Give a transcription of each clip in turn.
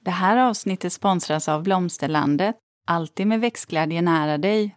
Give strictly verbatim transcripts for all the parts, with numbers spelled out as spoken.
Det här avsnittet sponsras av Blomsterlandet. Alltid med växtglädje nära dig.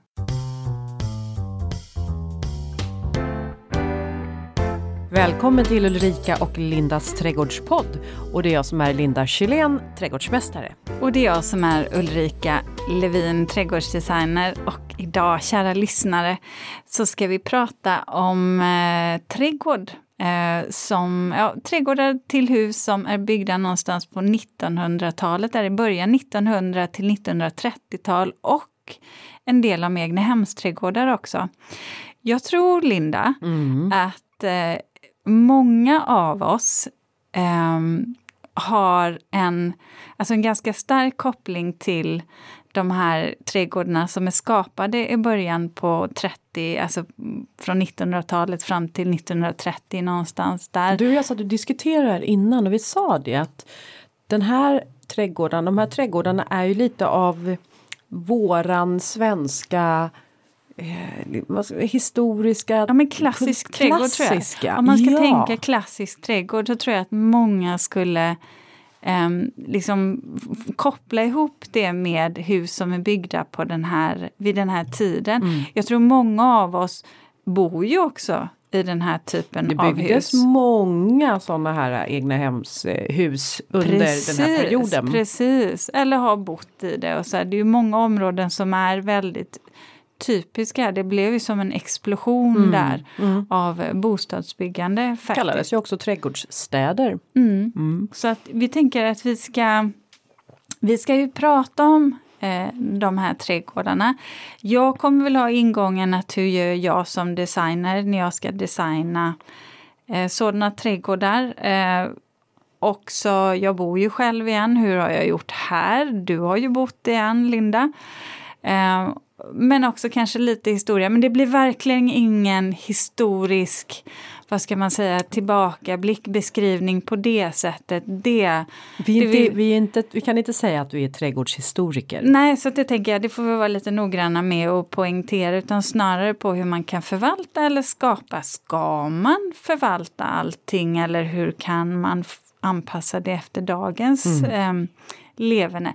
Välkommen till Ulrika och Lindas trädgårdspodd. Och det är jag som är Linda Kylén, trädgårdsmästare. Och det är jag som är Ulrika Levin, trädgårdsdesigner. Och idag, kära lyssnare, så ska vi prata om eh, trädgård. Eh, som, ja, trädgårdar till hus som är byggda någonstans på nittonhundratalet, där i början nittonhundra till nittonhundratrettiotal, och en del av egnahemsträdgårdar också. Jag tror, Linda, mm. att eh, många av oss eh, har en, alltså en ganska stark koppling till de här trädgårdarna som är skapade i början på trettio, alltså från nittonhundratalet fram till nittonhundratrettio någonstans där. Du och jag satt och diskuterade innan och vi sa det att den här trädgården, de här trädgårdarna är ju lite av våran svenska eh, historiska, ja, men klassisk trädgård, tror jag. Om man ska ja. tänka klassisk trädgård, så tror jag att många skulle Um, liksom f- koppla ihop det med hus som är byggda på den här, vid den här tiden. Mm. Jag tror många av oss bor ju också i den här typen av hus. Det byggdes många sådana här egna hemshus under precis, den här perioden. Precis, eller har bott i det. Och så här, det är ju många områden som är väldigt typiska. Det blev ju som en explosion mm, där mm. av bostadsbyggande. Det kallades ju också trädgårdsstäder. Mm. Mm. Så att vi tänker att vi ska vi ska ju prata om eh, de här trädgårdarna. Jag kommer väl ha ingången att hur gör jag som designer när jag ska designa eh, sådana trädgårdar. Eh, också, jag bor ju själv igen. Hur har jag gjort här? Du har ju bott igen, Linda. Eh, Men också kanske lite historia. Men det blir verkligen ingen historisk, vad ska man säga, tillbakablick, beskrivning på det sättet. Det, vi, är det inte, vi, vi, är inte, vi kan inte säga att vi är trädgårdshistoriker. Nej, så det tänker jag, det får vi vara lite noggranna med och poängtera. Utan snarare på hur man kan förvalta eller skapa. Ska man förvalta allting eller hur kan man f- anpassa det efter dagens mm. eh, levande?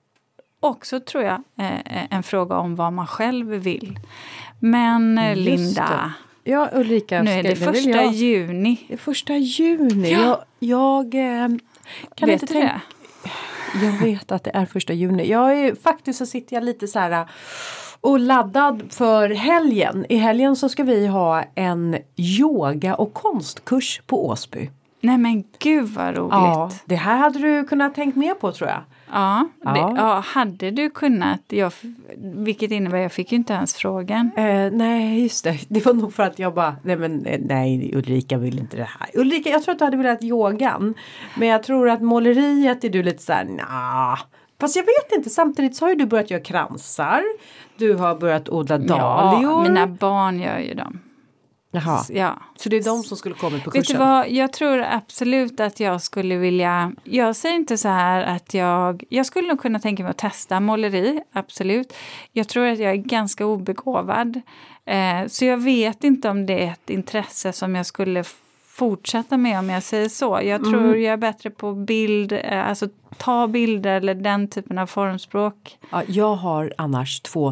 Också tror jag eh, en fråga om vad man själv vill. Men eh, Linda, ja, Ulrika, nu är det första jag, juni. Det är första juni. Ja. Jag, jag eh, kan vet inte du tänka. Jag vet att det är första juni. Jag är, faktiskt så sitter jag lite så här och laddad för helgen. I helgen så ska vi ha en yoga- och konstkurs på Åsby. Nej men gud vad roligt. Ja, det här hade du kunnat tänkt med på, tror jag. Ja, ja. Det, ja hade du kunnat, jag, vilket innebär jag fick ju inte ens frågan. Eh, nej, just det. Det var nog för att jag bara, nej men nej, Ulrika vill inte det här. Ulrika, jag tror att du hade velat yogan. Men jag tror att måleriet är du lite så här, nah. Fast jag vet inte, samtidigt så har ju du börjat göra kransar. Du har börjat odla dahlior. Ja, mina barn gör ju dem. Jaha, ja. Så det är de som skulle komma på kursen? Vet du vad, jag tror absolut att jag skulle vilja, jag säger inte så här att jag, jag skulle nog kunna tänka mig att testa måleri, absolut. Jag tror att jag är ganska obegåvad, eh, så jag vet inte om det är ett intresse som jag skulle fortsätta med om jag säger så. Jag tror mm. jag är bättre på bild, eh, alltså ta bilder eller den typen av formspråk. Ja, jag har annars två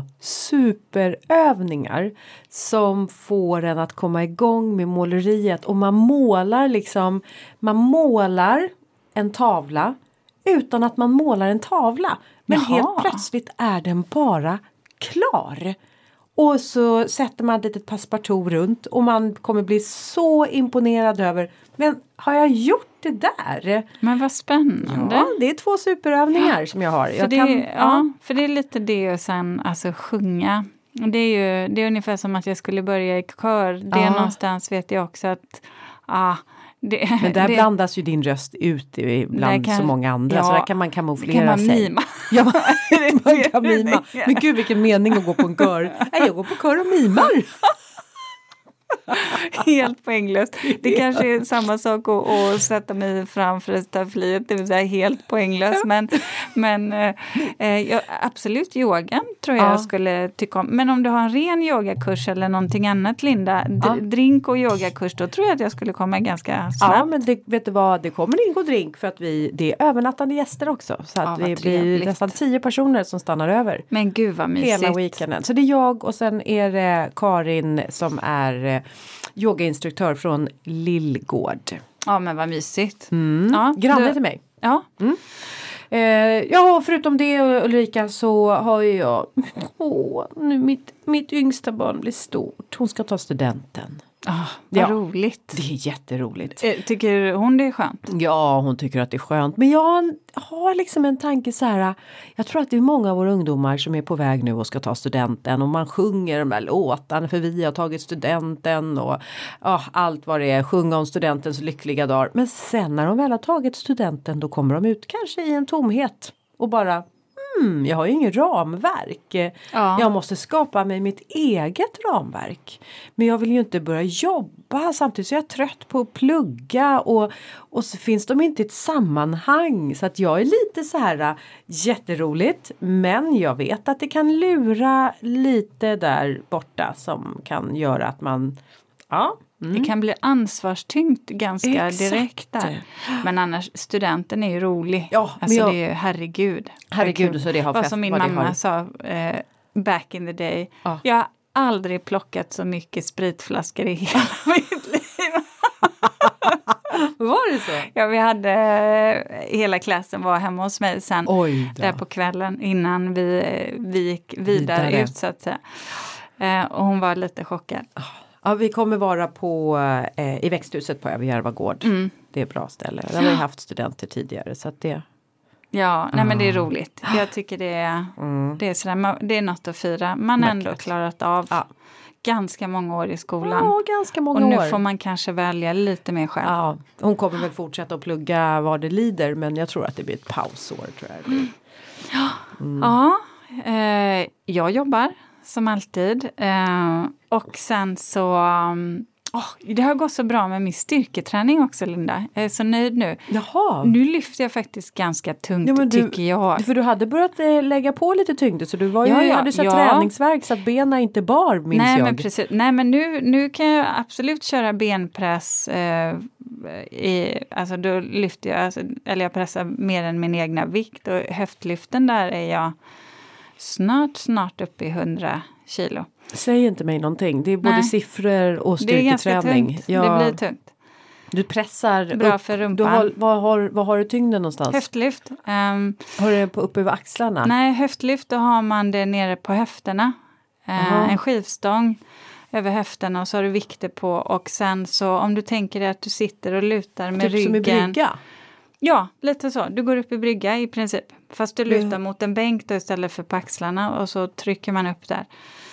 superövningar som får en att komma igång med måleriet. Och man målar liksom, man målar en tavla utan att man målar en tavla. Men Jaha. helt plötsligt är den bara klar. Och så sätter man ett litet passepartout runt och man kommer bli så imponerad över, men har jag gjort det där? Men vad spännande. Ja, det är två superövningar ja. som jag har. Jag för, det, kan, ja. ja, för det är lite det och sen alltså sjunga. Det är ju det är ungefär som att jag skulle börja i kör. Det är ja. någonstans vet jag också att ah, det, men där det, blandas ju din röst ut bland kan, så många andra. Ja, så där kan man kamouflera kan man sig. Mima. Ja, man kan mima. Men gud vilken mening att gå på en kör. Nej, jag går på kör och mimar. Helt poänglöst. Det kanske är samma sak att, att sätta mig framför ett staffliet. Det vill säga helt poänglöst. Men, men eh, ja, absolut, yogan tror jag Ja. jag skulle tycka om. Men om du har en ren yogakurs eller någonting annat, Linda, d- Ja. drink och yogakurs, då tror jag att jag skulle komma ganska snabbt. Ja, men det, vet du vad, det kommer in och drink för att vi, det är övernattande gäster också. Så Ja, att vad vi blir trevligt. nästan tio personer som stannar över. Men gud vad mysigt. Hela weekenden. Så det är jag och sen är det Karin som är eh, yogainstruktör från Lillgård. Ja, men vad mysigt. Mm. Ja, Granne du- till mig. Ja, Eh, ja, och förutom det Ulrika så har ju jag, åh, nu mitt, mitt yngsta barn blir stort. Hon ska ta studenten. ah, vad Ja. roligt. Det är jätteroligt. Eh, Tycker hon det är skönt? Ja, hon tycker att det är skönt. Men jag har liksom en tanke så här. Jag tror att det är många av våra ungdomar som är på väg nu och ska ta studenten. Och man sjunger de där låtarna för vi har tagit studenten. Och ja, allt vad det är. Sjunga om studentens lyckliga dagar. Men sen när de väl har tagit studenten då kommer de ut kanske i en tomhet. Och bara, hmm, jag har ju ingen ramverk. Ja. Jag måste skapa mig mitt eget ramverk. Men jag vill ju inte börja jobba. Samtidigt så är jag trött på att plugga. Och, och så finns de inte i ett sammanhang. Så att jag är lite så här äh, jätteroligt. Men jag vet att det kan lura lite där borta. Som kan göra att man, ja. Mm. Det kan bli ansvarstyngt ganska Exakt. direkt där. Men annars, studenten är ju rolig. Ja, men alltså jag- det är ju, herregud. Herregud, så det har Vad fest- som min vad det mamma har. sa eh, back in the day. Ja. Jag har aldrig plockat så mycket spritflaskor i hela mitt liv. Var det så? Ja, vi hade, eh, hela klassen var hemma hos mig sen. Oj då. Där på kvällen innan vi, eh, vi gick vidare, Vidare. ut så att säga. Eh, och hon var lite chockad. Ja, vi kommer vara på eh, i växthuset på Överjärva gård. Mm. Det är ett bra ställe. Där har vi haft studenter tidigare så att det. Ja, nej men det Ah. är roligt. Jag tycker det är, Mm. det är, sådär, man- det är något att fira. Man har ändå Verkligen. klarat av Ja. ganska många år i skolan. Ja, ganska många och nu år. får man kanske välja lite mer själv. Ja, hon kommer väl fortsätta att plugga vad det lider men jag tror att det blir ett pausår tror jag. Mm. Ja, eh, jag jobbar som alltid. Eh, och sen så... um, åh, det har gått så bra med min styrketräning också, Linda. Jag är så nöjd nu. Jaha. Nu lyfter jag faktiskt ganska tungt, Ja, men du- tycker jag. För du hade börjat eh, lägga på lite tyngder så du var ju, Ja, ja, hade så ja. träningsvärk så att benen inte bar minns Nej, jag. men precis. Nej, men nu, nu kan jag absolut köra benpress. Eh, i, alltså då lyfter jag, alltså, eller jag pressar mer än min egna vikt. Och höftlyften där är jag snart, snart uppe i hundra kilo. Säg inte mig någonting. Det är både Nej. siffror och Det är ganska styrketräning. tungt. Ja, Det blir tungt. Du pressar Bra upp. för Du rumpan. har, vad, har, vad har du tyngden någonstans? Höftlyft. ehm, Har du det på, uppe över axlarna? nej, höftlyft, då har man det nere på höfterna. Eh, Aha. en skivstång över höfterna och så har du vikter på. Och sen så om du tänker dig att du sitter och lutar med Typ ryggen. som i brygga? Ja, lite så. Du går upp i brygga i princip. Fast du lutar Mm. mot en bänk då istället för på axlarna och så trycker man upp där.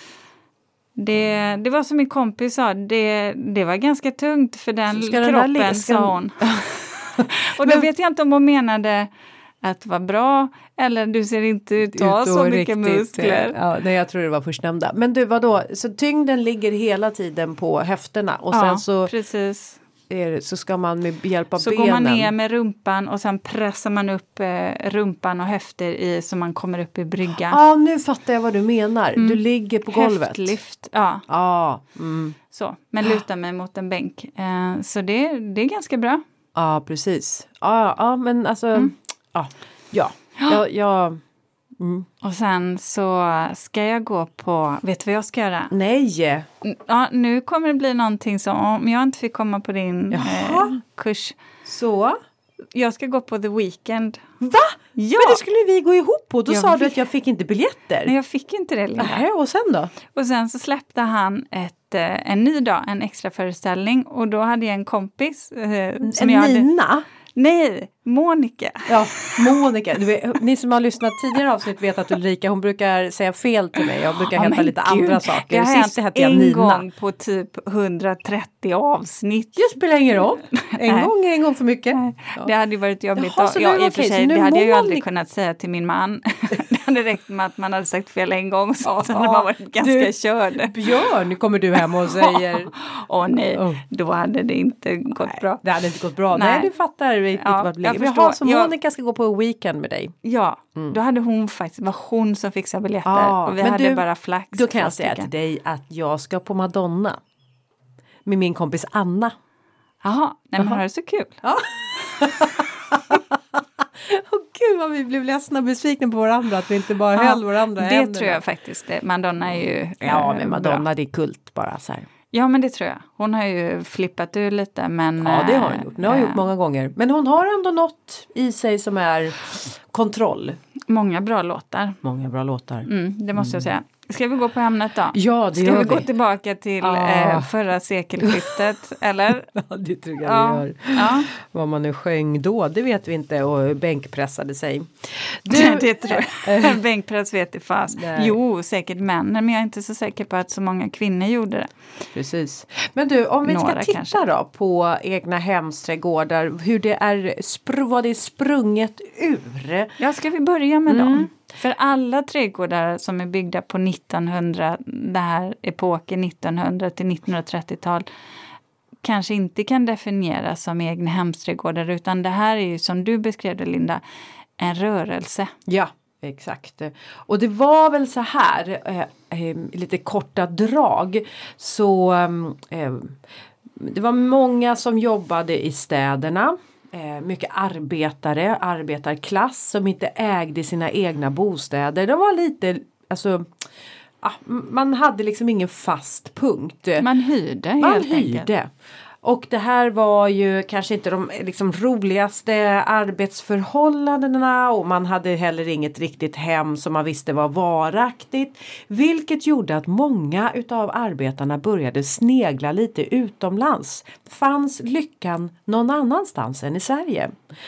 Det, det var som min kompis sa, det, det var ganska tungt för den Ska den där kroppen, ligga- ska- sa hon. Och då vet jag inte om hon menade att det var bra eller du ser inte ut att ha så mycket muskler. Ja, nej, jag tror det var förstnämnda. Men du, vadå? Så tyngden ligger hela tiden på höfterna och sen Ja, så, precis. är, det- så ska man med hjälp av Så benen. går man ner med rumpan och sen pressar man upp eh, rumpan och höfter i så man kommer upp i brygga. Ja, nu fattar jag vad du menar. Du ligger på golvet. Höftlyft, ja. Ja, mm. Så, men lutar mig mot en bänk. Eh, så det, det är ganska bra. Ja, precis. Ja, ja, men alltså, Mm. ja, ja, ja, ja. Mm. Och sen så ska jag gå på, vet du vad jag ska göra? Nej, N- Ja, nu kommer det bli någonting som, om jag inte fick komma på din eh, Jaha. kurs. så. Jag ska gå på The Weeknd. Va? Ja! Men det skulle vi gå ihop på. Då Jag sa du vet. att jag fick inte biljetter. Nej, jag fick inte det, Linda. Nähä, och sen då? Och sen så släppte han ett, eh, en ny dag, en extra föreställning. Och då hade jag en kompis. Eh, som en jag hade, Nina? nej, Monica. Ja, Monica. Du vet, ni som har lyssnat tidigare avsnitt vet att Ulrika, hon brukar säga fel till mig. Jag brukar Ja, heta men lite gud, andra saker. Det har Sist hänt hette jag en Nina. gång på typ hundratrettio avsnitt. Det spelar ingen roll. En Nej. gång är en gång för mycket. Det hade ju varit jobbigt. Jaha, så ja, nu- i och för okej, så sig, nu det hade jag ju Monica- aldrig kunnat säga till min man. Det hade räckt med att man hade sagt fel en gång så Ja, hade man varit ganska du, körd. Björn, kommer du hem och säger... Åh nej, Oh. då hade det inte gått Nej, bra. det hade inte gått bra. Nej. Nej, du fattar inte Ja, vad det jag ligger. förstår. Jaha, så Jag- Monica ska gå på weekend med dig. Ja, Mm. då hade hon faktiskt, var hon som fixade biljetter Ja, och vi men hade du, bara flax. Då kan två jag säga stycken. till dig att jag ska på Madonna. Med min kompis Anna. Jaha, nej men Jaha. har det så kul. Ja. Åh gud vad vi blev ledsna och besvikna på varandra. Att vi inte bara Ja, höll varandra i det händerna. tror jag faktiskt. Det. Madonna är ju Ja, eh, men bra. Madonna det är kult bara så här. Ja, men det tror jag. Hon har ju flippat ur lite, men... Ja, det har hon gjort. Det har hon eh, gjort många gånger. Men hon har ändå något i sig som är kontroll. Många bra låtar. Många bra låtar. Mm, det måste jag säga. Ska vi gå på ämnet då? Ja, det Ska gör vi vi. gå tillbaka till Ah. eh, förra sekelskiftet, eller? Ja, det tror jag Ja. vi gör. Ja, Vad man nu sjöng då, det vet vi inte. Och bänkpressade sig. det, det tror jag. Bänkpress vet jag fast. Nej. Jo, säkert männen, men jag är inte så säker på att så många kvinnor gjorde det. Precis. Men du, om vi ska Några titta kanske. då på egna hemsträdgårdar. Hur det är, spr- vad det är sprunget ur. Ja, ska vi börja med Mm. dem? För alla trädgårdar som är byggda på nittonhundra, det här epoken nittonhundra till nittonhundratrettiotal kanske inte kan definieras som egna hemsträdgårdar, utan det här är ju som du beskrev det, Linda, en rörelse. Ja, exakt. Och det var väl så här, eh, eh, lite korta drag. Så eh, det var många som jobbade i städerna. Eh, mycket arbetare, arbetarklass som inte ägde sina egna bostäder. De var lite, alltså, ah, man hade liksom ingen fast punkt. Man hyrde helt Man enkelt. hyrde. Och det här var ju kanske inte de liksom roligaste arbetsförhållandena och man hade heller inget riktigt hem som man visste var varaktigt. Vilket gjorde att många utav arbetarna började snegla lite utomlands. Fanns lyckan någon annanstans än i Sverige?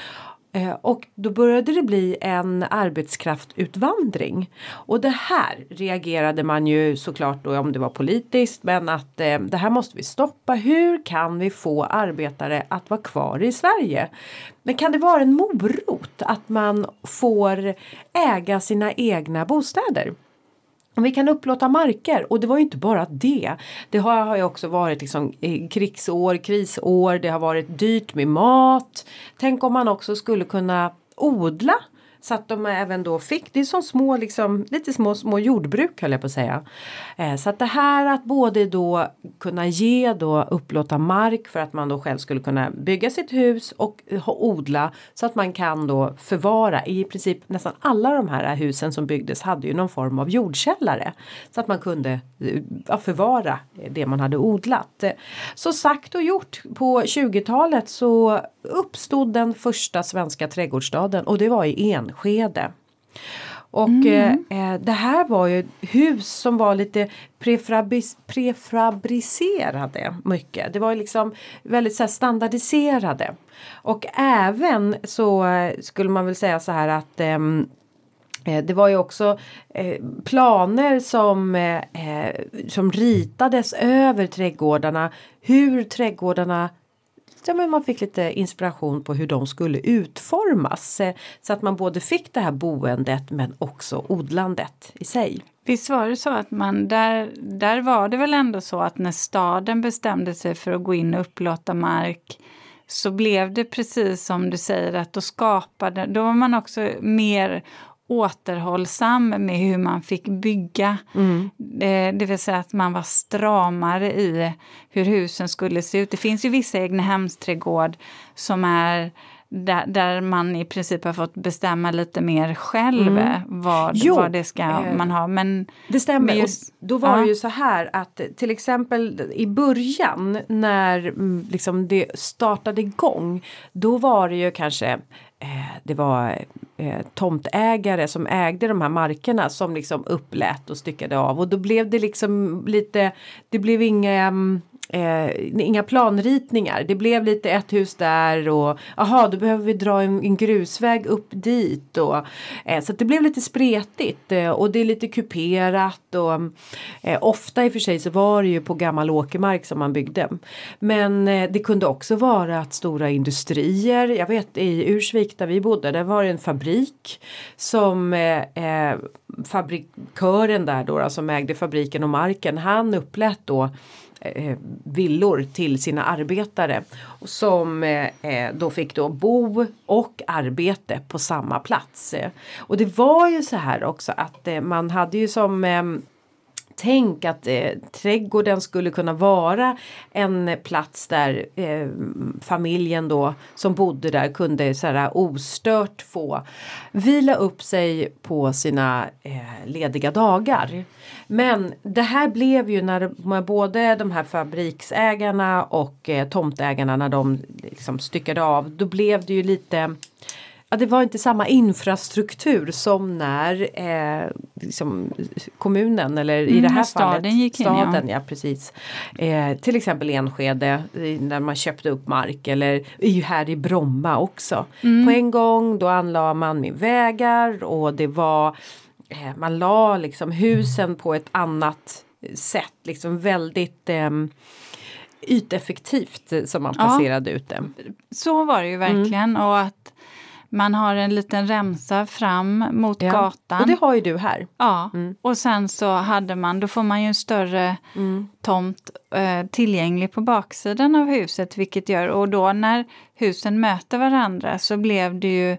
Eh, Och då började det bli en arbetskraftutvandring. Och det här reagerade man ju såklart då om det var politiskt. Men att eh, det här måste vi stoppa. Hur kan vi få arbetare att vara kvar i Sverige? Men kan det vara en morot att man får äga sina egna bostäder? Om vi kan upplåta marker, och det var ju inte bara det. Det har, har ju också varit liksom eh, krigsår, krisår, det har varit dyrt med mat. Tänk om man också skulle kunna odla så att de även då fick, det är som små liksom, lite små små jordbruk höll jag på att säga. Eh, så att det här att både då kunna ge då upplåta mark för att man då själv skulle kunna bygga sitt hus och ha, odla så att man kan då förvara. I princip nästan alla de här husen som byggdes hade ju någon form av jordkällare. Så att man kunde eh, ja, förvara det man hade odlat. Eh, Så sagt och gjort, på tjugotalet så uppstod den första svenska trädgårdsstaden och det var i Enskede. Och Mm. eh, det här var ju hus som var lite prefabris- prefabricerade mycket. Det var ju liksom väldigt så här standardiserade. Och även så eh, skulle man väl säga så här att ehm, eh, det var ju också eh, planer som, eh, eh, som ritades över trädgårdarna. Hur trädgårdarna, ja, men man fick lite inspiration på hur de skulle utformas. Eh, så att man både fick det här boendet men också odlandet i sig. Visst var det så att man, där, där var det väl ändå så att när staden bestämde sig för att gå in och upplåta mark så blev det precis som du säger att då skapade, då var man också mer återhållsam med hur man fick bygga. Mm. Det, det vill säga att man var stramare i hur husen skulle se ut. Det finns ju vissa egnahemsträdgård som är där, där man i princip har fått bestämma lite mer själv Mm. vad, Jo, vad det ska eh, man ha. Men Det stämmer. Men just- och då var ja. det ju så här att till exempel i början när mm, liksom det startade igång. Då var det ju kanske eh, det var eh, tomtägare som ägde de här markerna som liksom upplät och styckade av. Och då blev det liksom lite, det blev inga, mm, Eh, inga planritningar. Det blev lite ett hus där och aha, då behöver vi dra en, en grusväg upp dit. Och, eh, så att det blev lite spretigt eh, och det är lite kuperat. Och, eh, ofta i och för sig så var det ju på gammal åkermark som man byggde. Men eh, det kunde också vara att stora industrier. Jag vet i Ursvik där vi bodde, där var det en fabrik som eh, eh, fabrikören där då, som ägde fabriken och marken, han upplät då Eh, villor till sina arbetare som eh, då fick då bo och arbete på samma plats. Och det var ju så här också att eh, man hade ju som eh, tänk att eh, trädgården skulle kunna vara en plats där eh, familjen då som bodde där kunde så här ostört få vila upp sig på sina eh, lediga dagar. Men det här blev ju när, när både de här fabriksägarna och eh, tomtägarna när de liksom styckade av, då blev det ju lite... Ja, det var inte samma infrastruktur som när eh, liksom, kommunen eller i mm, det här staden fallet gick in, staden, ja, ja precis. Eh, till exempel Enskede när man köpte upp mark eller ju här i Bromma också. Mm. På en gång då anlade man med vägar och det var eh, man la liksom husen på ett annat sätt, liksom väldigt eh, yteffektivt som man placerade ja, ut det. Så var det ju verkligen mm. och att man har en liten remsa fram mot ja. gatan. Och det har ju du här. Ja, mm. och sen så hade man, då får man ju en större mm. tomt eh, tillgänglig på baksidan av huset. Vilket gör, och då när husen möter varandra så blev det ju,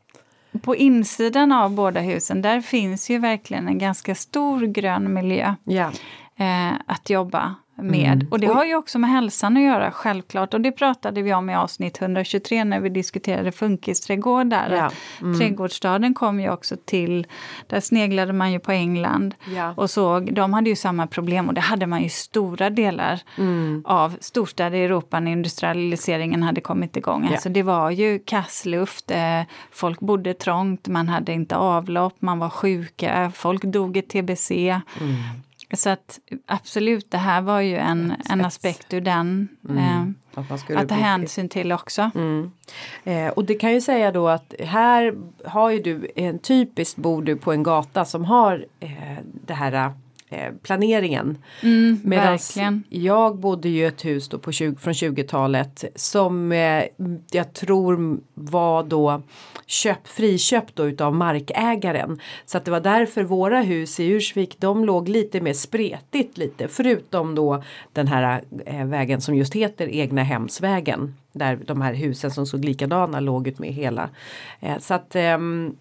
på insidan av båda husen, där finns ju verkligen en ganska stor grön miljö ja. eh, att jobba med. Mm. Och det har ju också med hälsan att göra, självklart. Och det pratade vi om i avsnitt etthundratjugotre när vi diskuterade funkisträdgårdar. Ja. Mm. Trädgårdsstaden kom ju också till, där sneglade man ju på England. Ja. Och såg, de hade ju samma problem och det hade man ju stora delar mm. av storstäder i Europa när industrialiseringen hade kommit igång. Ja. Alltså det var ju kassluft, eh, folk bodde trångt, man hade inte avlopp, man var sjuka, folk dog i T B C. Mm. Så att absolut, det här var ju en, en aspekt ur den mm. eh, att, man skulle att ta hänsyn till också. Mm. Eh, och det kan ju säga då att här har ju du en typiskt bor du på en gata som har eh, det här eh, planeringen. Mm, verkligen. Jag bodde ju i ett hus då på tjugo, från tjugotalet som eh, jag tror var då köp, friköpt då utav markägaren. Så att det var därför våra hus i Ursvik, de låg lite mer spretigt lite. Förutom då den här eh, vägen som just heter Egna hemsvägen. Där de här husen som såg likadana låg ut med hela. Eh, så att eh,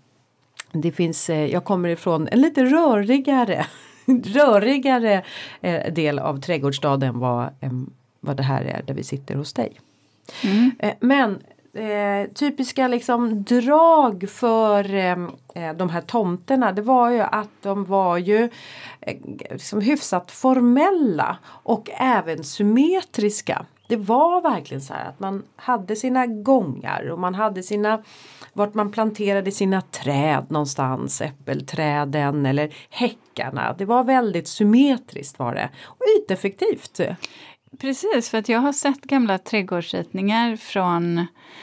det finns, eh, jag kommer ifrån en lite rörigare rörigare eh, del av trädgårdsstaden än vad, eh, vad det här är där vi sitter hos dig. Mm. Eh, men eh, typiska liksom drag för eh, de här tomterna, det var ju att de var ju eh, liksom hyfsat formella och även symmetriska. Det var verkligen så här att man hade sina gångar och man hade sina, vart man planterade sina träd någonstans, äppelträden eller häckarna. Det var väldigt symmetriskt var det och yteffektivt. Precis, för att jag har sett gamla trädgårdsritningar från,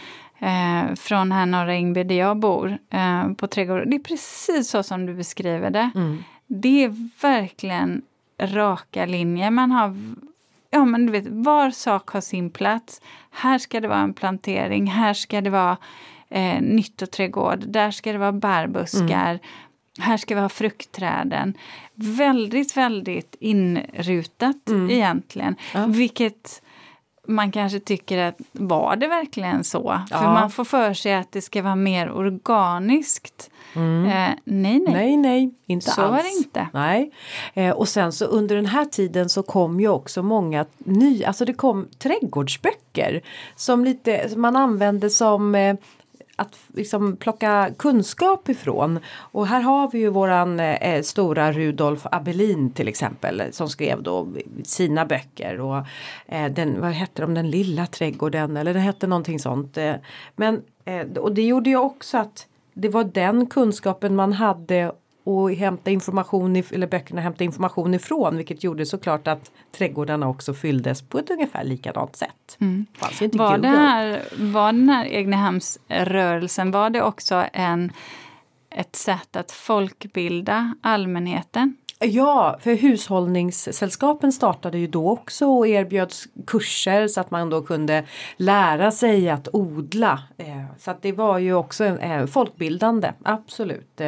eh, från här norra Ingby där jag bor eh, på trädgård. Det är precis så som du beskriver det. Mm. Det är verkligen raka linjer. Man har... Ja, men du vet, var sak har sin plats. Här ska det vara en plantering. Här ska det vara eh, nyttoträdgård. Där ska det vara bärbuskar. Mm. Här ska vi ha fruktträden. Väldigt, väldigt inrutat mm. egentligen. Ja. Vilket man kanske tycker att var det verkligen så? Ja. För man får för sig att det ska vara mer organiskt. Mm. Eh, nej, nej. Nej, nej. Inte så alls. var det inte. Nej. Eh, och sen så under den här tiden så kom ju också många nya, alltså det kom trädgårdsböcker som lite, som man använde som eh, att liksom plocka kunskap ifrån. Och här har vi ju våran eh, stora Rudolf Abelin till exempel som skrev då sina böcker och eh, den, vad hette de, den lilla trädgården eller det hette någonting sånt. Eh, men, eh, och det gjorde ju också att det var den kunskapen man hade och hämta information, i, eller böckerna hämta information ifrån. Vilket gjorde såklart att trädgårdarna också fylldes på ett ungefär likadant sätt. Mm. Fanns ju inte var, det Google. här, var den här egnahemsrörelsen, var det också en, ett sätt att folkbilda allmänheten? Ja, för hushållningssällskapen startade ju då också och erbjöds kurser så att man då kunde lära sig att odla. Så att det var ju också en folkbildande, absolut.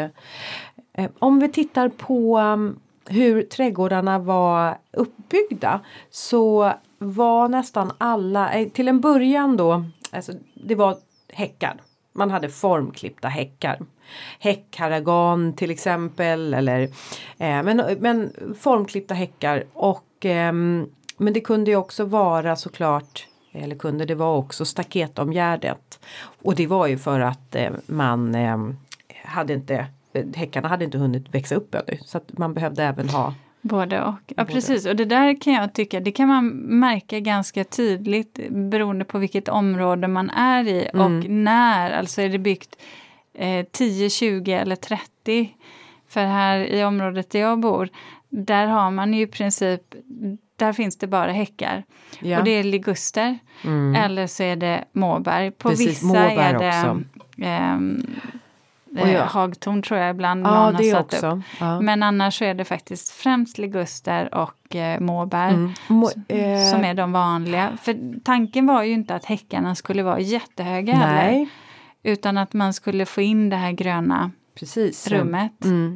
Om vi tittar på hur trädgårdarna var uppbyggda så var nästan alla, till en början då, alltså det var häckar. Man hade formklippta häckar. Häckharragan till exempel. Eller, eh, men, men formklippta häckar. Och, eh, men det kunde ju också vara såklart. Eller kunde det vara också staketomgärdet. Och det var ju för att eh, man eh, hade inte. Häckarna hade inte hunnit växa upp ännu. Så att man behövde även ha. Både och. Ja, Både. Precis. Och det där kan jag tycka, det kan man märka ganska tydligt beroende på vilket område man är i Mm. och när. Alltså är det byggt eh, tio, tjugo eller trettio. För här i området där jag bor, där har man ju i princip, där finns det bara häckar. Ja. Och det är liguster. Mm. Eller så är det måbär. På Precis, vissa måbär är det också. ehm, Och ja. hagtorn tror jag ibland Ja, någon har det satt också. upp. Ja. Men annars så är det faktiskt främst liguster och eh, måbär Mm. Må, som, eh, som är de vanliga. För tanken var ju inte att häckarna skulle vara jättehöga heller. Nej, Utan att man skulle få in det här gröna precis. rummet. Mm.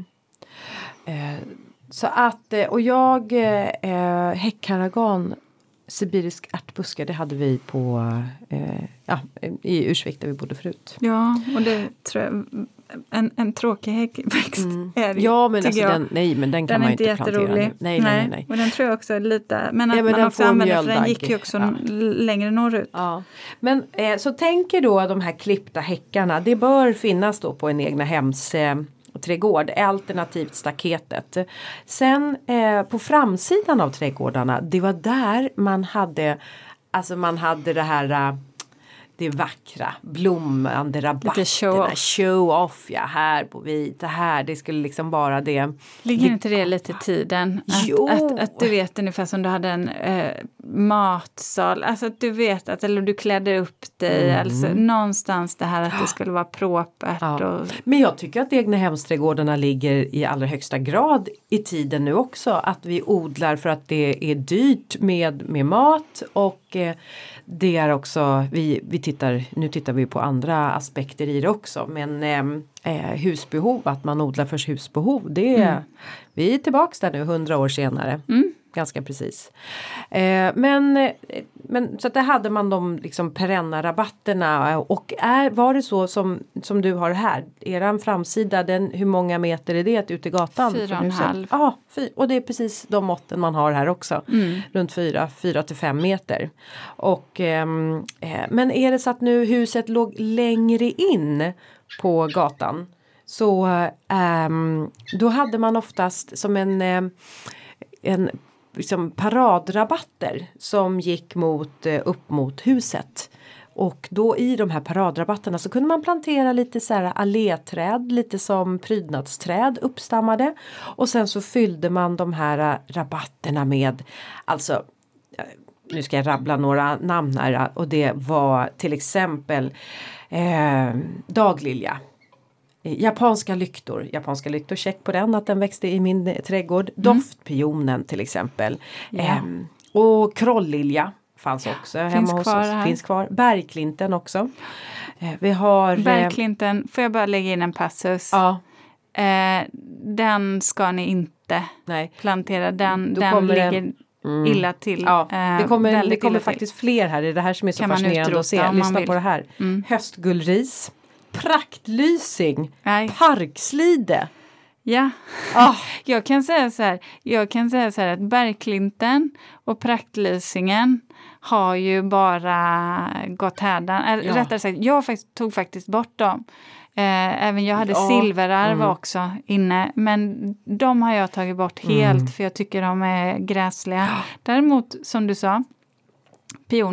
Eh, så att, eh, och jag, eh, häckharragan, sibirisk ärtbuske, det hade vi på, eh, ja, i Ursvik där vi bodde förut. Ja, och det tror jag, en, en tråkig häckväxt Mm. är det, Ja, men alltså jag. den, nej, men den kan Den är man inte inte plantera jätterolig. nu. Nej, nej, nej, nej. Och den tror jag också är lite, men att Ja, men man den också får använder, för den mjöldagg. gick ju också Ja. längre norrut. Ja, men eh, så tänker då de här klippta häckarna, det bör finnas då på en egna hems eh, trädgård, alternativt staketet. Sen eh, på framsidan av trädgårdarna, det var där man hade, alltså man hade det här, eh, det vackra, blommande rabatterna, show-off. show off, ja, här på vi, det här, det skulle liksom vara det. Ligger inte det lite i tiden? Jo. Att, att, att du vet ungefär som du hade en eh, matsal. Alltså att du vet att, eller du klädde upp dig. Mm. Alltså någonstans det här att det skulle vara propert. Ja. Och, Men jag tycker att egna hemsträdgårdarna ligger i allra högsta grad i tiden nu också. Att vi odlar för att det är dyrt med, med mat och eh, det är också, vi, vi tittar, nu tittar vi på andra aspekter i det också. Men eh, husbehov, att man odlar för husbehov, det är, mm. vi är tillbaka där nu hundra år senare. Mm. Ganska precis. Eh, men, men så att där hade man de liksom perenna rabatterna och är, var det så som, som du har här, eran framsida, den, hur många meter är det ute i gatan? Fyra och en halv. Ja, fy, och det är precis de måtten man har här också. Mm. Runt fyra, fyra till fem meter. Och, ehm, eh, men är det så att nu huset låg längre in på gatan så ehm, då hade man oftast som en, eh, en liksom paradrabatter som gick mot, upp mot huset. Och då i de här paradrabatterna så kunde man plantera lite så här alléträd, lite som prydnadsträd uppstammade. Och sen så fyllde man de här rabatterna med, alltså nu ska jag rabbla några namn här, och det var till exempel eh, daglilja. Japanska lyktor, japanska lyktor, check på den att den växte i min trädgård. Mm. Doftpionen till exempel. Ja. Ehm, och krolllilja fanns också hemma finns hos kvar oss. här. Finns kvar. Bergklinten också. Ehm, vi har... Bergklinten, får jag bara lägga in en passus? Ja. Eh, den ska ni inte Nej. plantera. Den, Då den ligger en... Mm. illa till. Ja, eh, det kommer, det kommer illa faktiskt till. fler här. Det är det här som är så Kan man fascinerande att se. utrota om man Lyssna vill. på det här. Mm. Höstgullris. Praktlysing. Nej. Parkslide. Ja, Ah. jag kan säga så här, jag kan säga så här att bergklinten och praktlysingen har ju bara gått härdan. Ja. Rättare sagt, jag faktiskt, tog faktiskt bort dem. Eh, även jag hade Ja. silverarv Mm. också inne. Men de har jag tagit bort helt Mm. för jag tycker de är gräsliga. Däremot, som du sa, pioner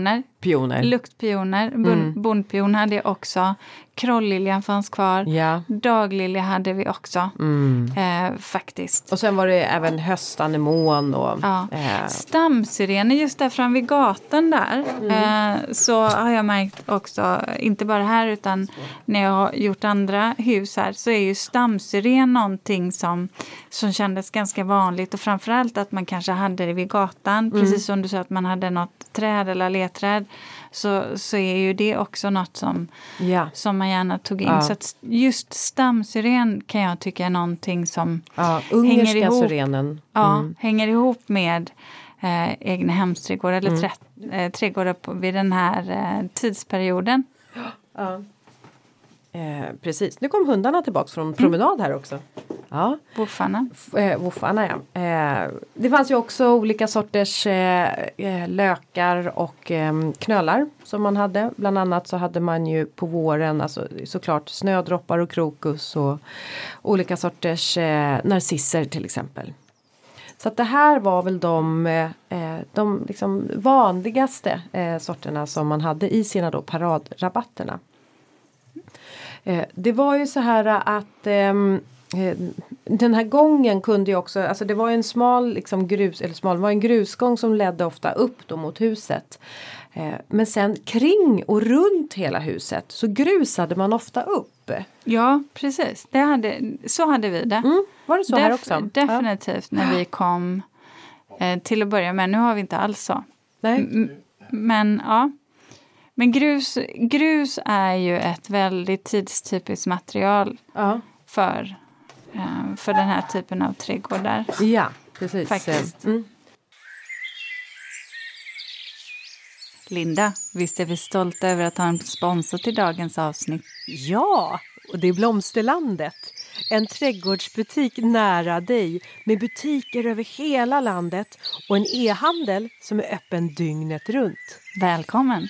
Luktpioner. Luktpioner. Mm. Bondpion hade jag också. Krolliljan fanns kvar. Ja. Daglilja hade vi också. Mm. Eh, faktiskt. Och sen var det även höstanemon. Och, ja. eh. Stamsyrener just där fram vid gatan där. Mm. Eh, så har jag märkt också, inte bara här utan när jag har gjort andra hus här, så är ju stamsyren någonting som, som kändes ganska vanligt. Och framförallt att man kanske hade det vid gatan. Mm. Precis som du sa att man hade något träd eller lerträd. Så, så är ju det också något som, ja. som man gärna tog in. Ja. Så att just stamsyren kan jag tycka är någonting som ja, hänger ihop, syrenen. Ja, mm. hänger ihop med eh, egna hemsträdgårdar eller mm. trä, eh, trädgårdar på, vid den här eh, tidsperioden. Ja. Eh, precis. Nu kom hundarna tillbaka från promenad här också. Ja. Woofarna. Eh, woofarna, ja. Eh, det fanns ju också olika sorters eh, lökar och eh, knölar som man hade. Bland annat så hade man ju på våren alltså, såklart snödroppar och krokus och olika sorters eh, narcisser till exempel. Så att det här var väl de, eh, de liksom vanligaste eh, sorterna som man hade i sina då paradrabatterna. Eh, det var ju så här att eh, den här gången kunde ju också, alltså det var en smal liksom grus, eller smal, det var en grusgång som ledde ofta upp då mot huset. Eh, men sen kring och runt hela huset så grusade man ofta upp. Ja, precis. Det hade, så hade vi det. Mm, var det så Def- här också? Definitivt ja. När vi kom eh, till att börja med. Nu har vi inte alls så. Nej. M- men ja. Men grus, grus är ju ett väldigt tidstypiskt material ja. för, eh, för den här typen av trädgårdar. Ja, precis. Faktiskt. Mm. Linda, visst är vi stolta över att ha en sponsor till dagens avsnitt? Ja, och det är Blomsterlandet. En trädgårdsbutik nära dig med butiker över hela landet och en e-handel som är öppen dygnet runt. Välkommen!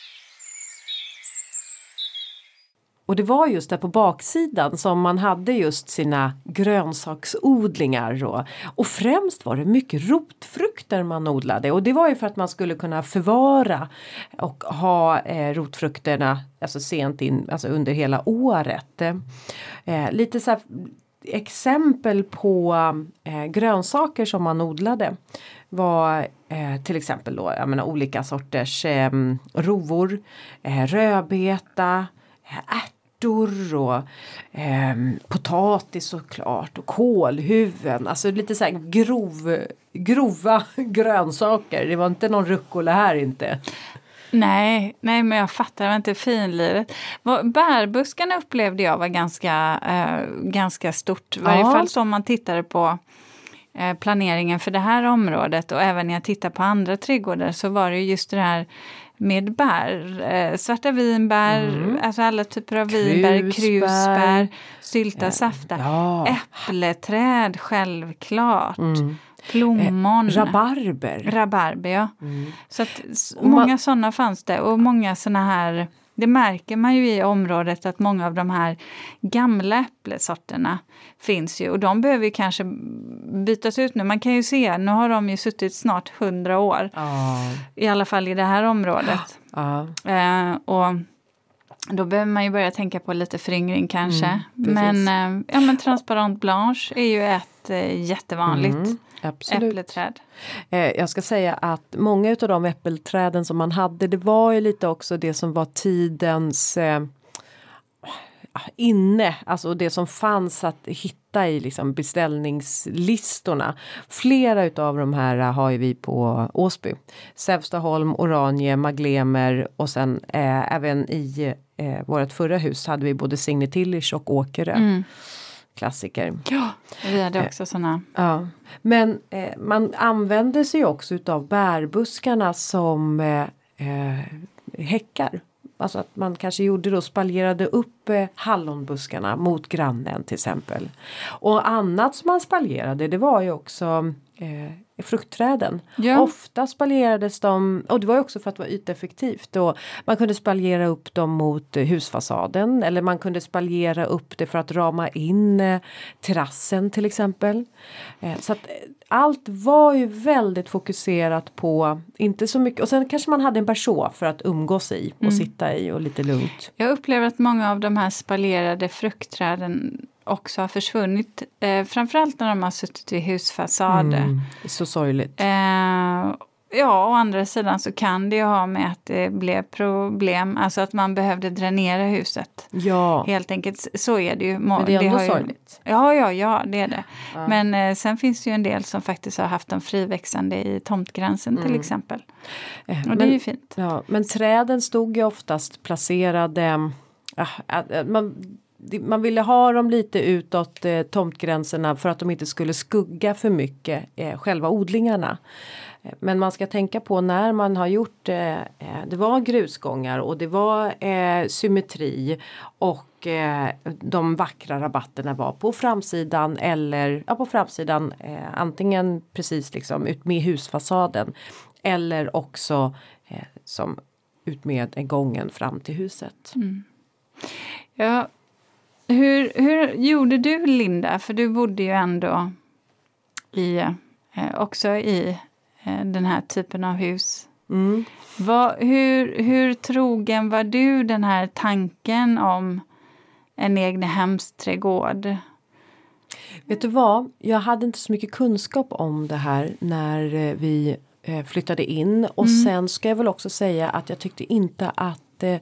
Och det var just där på baksidan som man hade just sina grönsaksodlingar. Och, och främst var det mycket rotfrukter man odlade. Och det var ju för att man skulle kunna förvara och ha eh, rotfrukterna alltså sent in, alltså under hela året. Eh, lite så här exempel på eh, grönsaker som man odlade var eh, till exempel då, jag menar, olika sorters eh, rovor, eh, rödbeta, ärtor och eh, potatis såklart och kålhuvuden. Alltså lite så här grov, grova grönsaker. Det var inte någon rucola här inte. Nej, nej men jag fattar, det var inte finliret. Bärbuskarna upplevde jag var ganska, eh, ganska stort. I varje ja. fall som man tittade på eh, planeringen för det här området. Och även när jag tittar på andra trädgårdar så var det just det här med bär, eh, svarta vinbär, mm. alltså alla typer av vinbär, krusbär, sylta, ja. safta, ja. äppleträd, självklart, mm. plommon, eh, rabarber. Rabarber, ja. Mm. Så att många man... sådana fanns det och många sådana här, det märker man ju i området att många av de här gamla äpplesorterna finns ju och de behöver ju kanske bytas ut nu. Man kan ju se, nu har de ju suttit snart hundra år. Oh. I alla fall i det här området. Oh. Eh, och då behöver man ju börja tänka på lite föryngring kanske. Mm, men, eh, ja, men transparent blanche är ju ett eh, jättevanligt mm, äppleträd. Eh, jag ska säga att många av de äppelträden som man hade, det var ju lite också det som var tidens eh, inne, alltså det som fanns att hitta i liksom beställningslistorna. Flera utav de här har ju vi på Åsby. Sävstaholm, Oranje, Maglemer och sen eh, även i eh, vårt förra hus hade vi både Signe Tillich och Åkerö. Mm. Klassiker. Ja, vi hade också sådana. Eh, ja. Men eh, man använde sig också utav bärbuskarna som eh, eh, häckar. Alltså att man kanske gjorde då, spaljerade upp eh, hallonbuskarna mot grannen till exempel. Och annat som man spaljerade, det var ju också eh, fruktträden. Ja. Ofta spaljerades de, och det var ju också för att det var yteffektivt. Och man kunde spaljera upp dem mot eh, husfasaden. Eller man kunde spaljera upp det för att rama in eh, terrassen till exempel. Eh, så att eh, allt var ju väldigt fokuserat på, inte så mycket, och sen kanske man hade en berså för att umgås i och mm. sitta i och lite lugnt. Jag upplever att många av de här spaljerade fruktträden också har försvunnit. Eh, framförallt när de har suttit vid husfasader. Mm, det är så sorgligt. Eh, ja, å andra sidan så kan det ju ha med att det blev problem. Alltså att man behövde dränera huset. Ja. Helt enkelt, så är det ju. Men det är ändå det ju, sorgligt. Ja, ja, ja, det är det. Ja. Men eh, sen finns det ju en del som faktiskt har haft dem friväxande i tomtgränsen mm. till exempel. Och men, det är ju fint. Ja, men träden stod ju oftast placerade... Äh, man, man ville ha dem lite utåt eh, tomtgränserna för att de inte skulle skugga för mycket eh, själva odlingarna. Men man ska tänka på när man har gjort, eh, det var grusgångar och det var eh, symmetri och eh, de vackra rabatterna var på framsidan eller ja, på framsidan eh, antingen precis liksom ut med husfasaden eller också eh, som ut med gången fram till huset. Mm. Ja, hur, hur gjorde du, Linda? För du bodde ju ändå i, eh, också i eh, den här typen av hus. Mm. Vad, hur, hur trogen var du den här tanken om en egnahemsträdgård? Vet du vad? Jag hade inte så mycket kunskap om det här när vi eh, flyttade in. Och mm. sen ska jag väl också säga att jag tyckte inte att eh,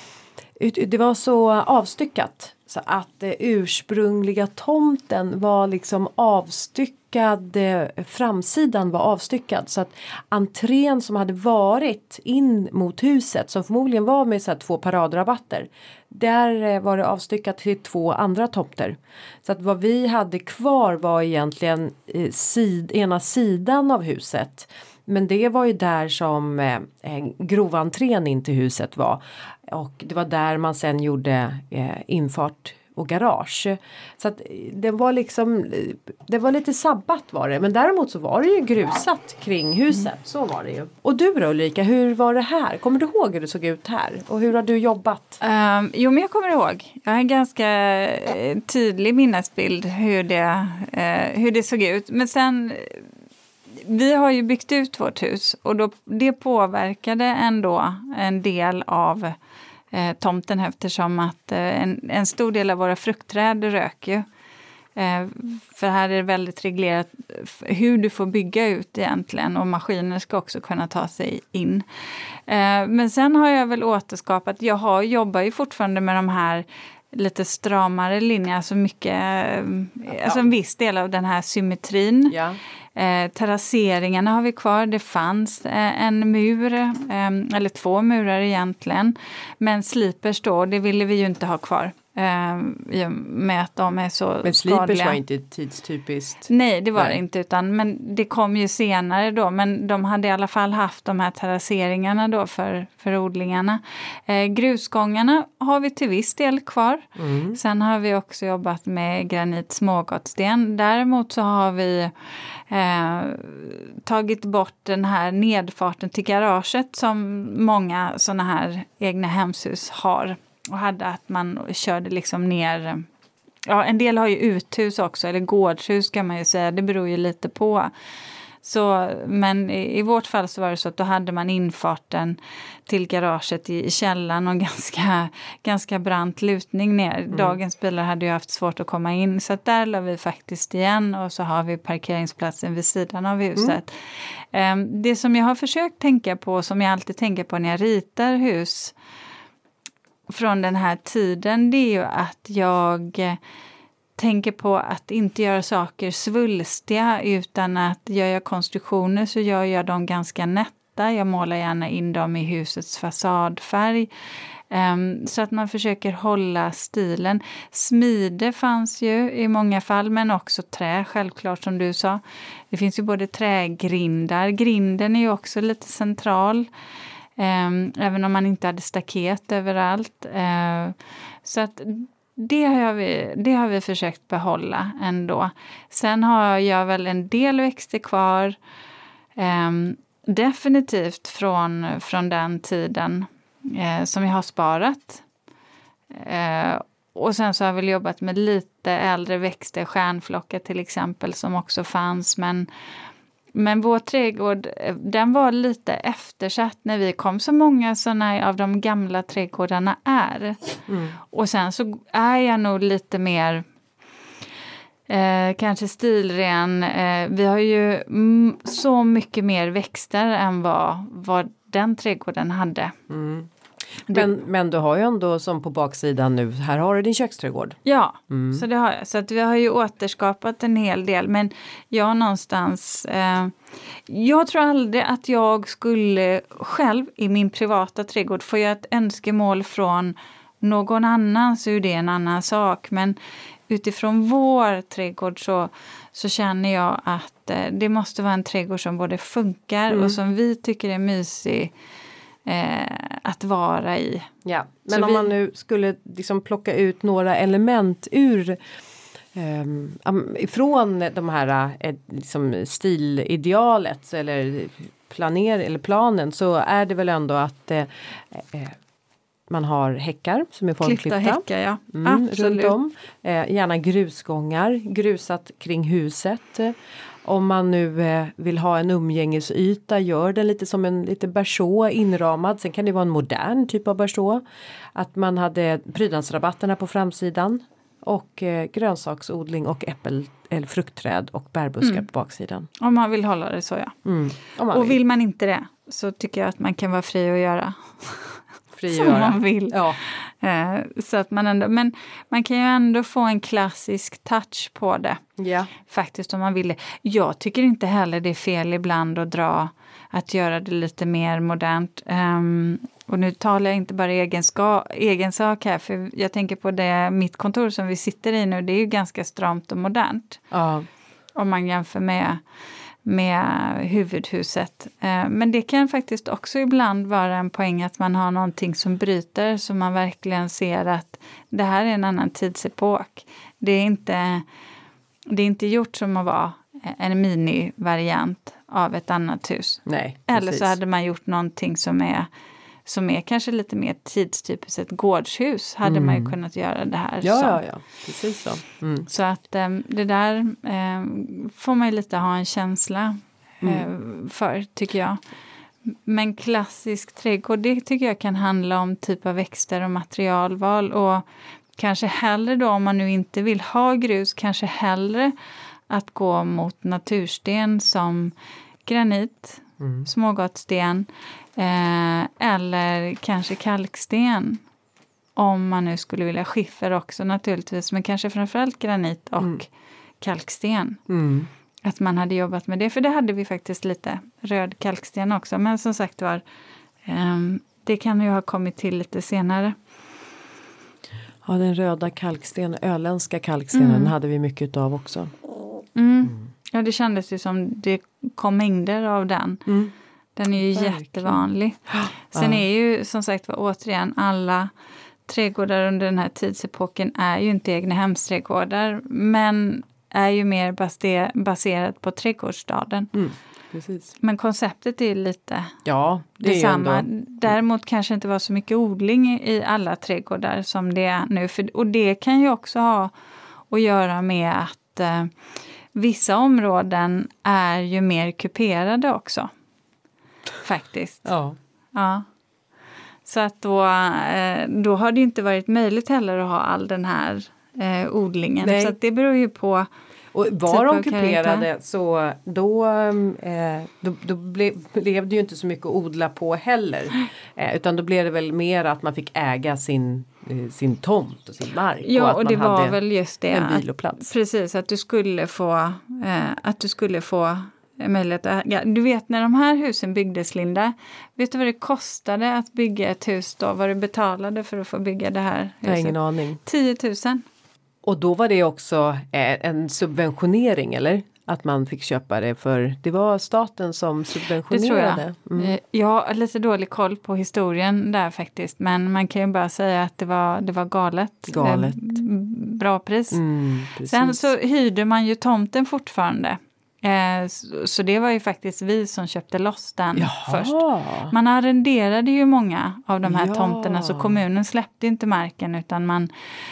det var så avstyckat. Så att eh, ursprungliga tomten var liksom avstyckad, eh, framsidan var avstyckad. Så att entrén som hade varit in mot huset, som förmodligen var med så här två paradrabatter. Där eh, var det avstyckat till två andra tomter. Så att vad vi hade kvar var egentligen eh, sid, ena sidan av huset. Men det var ju där som eh, grovantrén in till huset var. Och det var där man sen gjorde eh, infart och garage. Så att det var liksom, det var lite sabbat var det. Men däremot så var det ju grusat kring huset. Mm. Så var det ju. Och du då, Ulrika, hur var det här? Kommer du ihåg hur det såg ut här? Och hur har du jobbat? Um, jo, men jag kommer ihåg. Jag har en ganska eh, tydlig minnesbild hur det, eh, hur det såg ut. Men sen... Vi har ju byggt ut vårt hus och då, det påverkade ändå en del av eh, tomten eftersom att eh, en, en stor del av våra fruktträd rök ju. Eh, för här är det väldigt reglerat hur du får bygga ut egentligen och maskiner ska också kunna ta sig in. Eh, men sen har jag väl återskapat, jag har, jobbar ju fortfarande med de här lite stramare linjer, alltså mycket, ja. Alltså en viss del av den här symmetrin. Ja. Eh, terrasseringarna har vi kvar. Det fanns eh, en mur, eh, eller två murar egentligen. Men slipers då, det ville vi ju inte ha kvar. Eh, I och med att de är så men skadliga. Men slipers var inte tidstypiskt? Nej, det var Nej. det inte. Utan, men det kom ju senare då. Men de hade i alla fall haft de här terrasseringarna då för, för odlingarna. Eh, grusgångarna har vi till viss del kvar. Mm. Sen har vi också jobbat med granit smågottsten. Däremot så har vi eh, tagit bort den här nedfarten till garaget som många sådana här egna hemshus har. Och hade att man körde liksom ner, ja en del har ju uthus också, eller gårdshus kan man ju säga, det beror ju lite på. Så, men i, i vårt fall så var det så att då hade man infarten till garaget i, i källaren och ganska, ganska brant lutning ner. Mm. Dagens bilar hade ju haft svårt att komma in så att där la vi faktiskt igen och så har vi parkeringsplatsen vid sidan av huset. Mm. Um, det som jag har försökt tänka på, som jag alltid tänker på när jag ritar hus från den här tiden, det är ju att jag tänker på att inte göra saker svulstiga utan att gör jag konstruktioner så gör jag dem ganska nätta. Jag målar gärna in dem i husets fasadfärg. Um, så att man försöker hålla stilen. Smide fanns ju i många fall men också trä självklart som du sa. Det finns ju både trägrindar. Grinden är ju också lite central. Um, även om man inte hade staket överallt. Uh, så att det har, vi, det har vi försökt behålla ändå. Sen har jag väl en del växter kvar. Eh, definitivt från, från den tiden eh, som jag har sparat. Eh, och sen så har jag väl jobbat med lite äldre växter, stjärnflockar till exempel, som också fanns. Men, men vår trädgård, den var lite eftersatt när vi kom. Så många sådana av de gamla trädgårdarna är. Mm. Och sen så är jag nog lite mer eh, kanske stilren. Eh, vi har ju m- så mycket mer växter än vad, vad den trädgården hade. Mm. Men, men du har ju ändå som på baksidan nu, här har du din köksträdgård. Ja, mm. så det har jag. Så att vi har ju återskapat en hel del. Men jag någonstans, eh, jag tror aldrig att jag skulle själv i min privata trädgård få göra ett önskemål från någon annan, så är det en annan sak. Men utifrån vår trädgård så, så känner jag att eh, det måste vara en trädgård som både funkar mm. och som vi tycker är mysig. Eh, att vara i. Ja, men så om vi... man nu skulle liksom plocka ut några element ur eh, ifrån de här eh, liksom stilidealet eller planer eller planen, så är det väl ändå att eh, eh, man har häckar som är formklippta. Klippta häckar, ja. Mm, runt om. Eh, gärna grusgångar, grusat kring huset. Om man nu eh, vill ha en umgängesyta, gör den lite som en lite berså inramad. Sen kan det vara en modern typ av berså. Att man hade prydnadsrabatterna på framsidan. Och eh, grönsaksodling och äppel eller fruktträd och bärbuskar mm. på baksidan. Om man vill hålla det så, ja. Mm. Om man och vill. vill man inte det, så tycker jag att man kan vara fri att göra fri som göra. man vill. Ja. Eh, så att man ändå, men man kan ju ändå få en klassisk touch på det. Ja. Faktiskt, om man vill det. Jag tycker inte heller det är fel ibland att dra, att göra det lite mer modernt. Um, och nu talar jag inte bara egen, ska, egen sak här, för jag tänker på det, mitt kontor som vi sitter i nu, det är ju ganska stramt och modernt. Ja. Om man jämför med, med huvudhuset. Uh, men det kan faktiskt också ibland vara en poäng att man har någonting som bryter, så man verkligen ser att det här är en annan tidsepok. Det är inte, det är inte gjort som att vara en mini-variant av ett annat hus. Nej, eller så hade man gjort någonting som är, som är kanske lite mer tidstypiskt. Ett gårdshus hade mm. man ju kunnat göra det här. Ja, som. ja, ja. Precis så. Mm. Så att um, det där um, får man ju lite ha en känsla mm. uh, för, tycker jag. Men klassisk trädgård, det tycker jag kan handla om typ av växter och materialval. Och kanske hellre då, om man nu inte vill ha grus, kanske hellre att gå mot natursten som granit, mm. smågottsten eh, eller kanske kalksten. Om man nu skulle vilja skiffer också naturligtvis, men kanske framförallt granit och mm. kalksten. Mm. Att man hade jobbat med det, för det hade vi faktiskt lite röd kalksten också. Men som sagt var, eh, det kan ju ha kommit till lite senare. Ja, den röda kalksten, öländska kalkstenen mm. hade vi mycket av också. Mm. Mm. Ja, det kändes ju som det kom mängder av den. Mm. Den är ju verkligen jättevanlig. Sen ja. är ju som sagt var återigen alla trädgårdar under den här tidsepoken är ju inte egna hemsträdgårdar, men är ju mer baser- baserat på trädgårdsstaden. Mm. Precis. Men konceptet är lite ja, det detsamma. är ändå... Däremot kanske inte var så mycket odling i alla trädgårdar som det är nu. För, och det kan ju också ha att göra med att eh, vissa områden är ju mer kuperade också. Faktiskt. Ja. Ja. Så att då, eh, då har det inte varit möjligt heller att ha all den här eh, odlingen. Nej. Så att det beror ju på... Och var de kuperade så då, eh, då, då ble, blev det ju inte så mycket att odla på heller. Eh, utan då blev det väl mer att man fick äga sin, eh, sin tomt och sin mark. Ja, och, att och man det var hade väl just det. En viloplats. Att, precis, att du skulle få, eh, att du skulle få möjlighet att äga. Du vet, när de här husen byggdes, Linda, vet du vad det kostade att bygga ett hus då? Vad du betalade för att få bygga det här huset? Jag har ingen aning. tio tusen. Och då var det också eh, en subventionering, eller? att man fick köpa det för det var staten som subventionerade. Det tror jag. Mm. Jag har lite dålig koll på historien där faktiskt. Men man kan ju bara säga att det var, det var galet. Galet. Bra pris. Mm, Sen så hyrde man ju tomten fortfarande. Eh, så, så det var ju faktiskt vi som köpte loss den Jaha. först. Man arrenderade ju många av de här Ja. tomterna så kommunen släppte inte marken utan man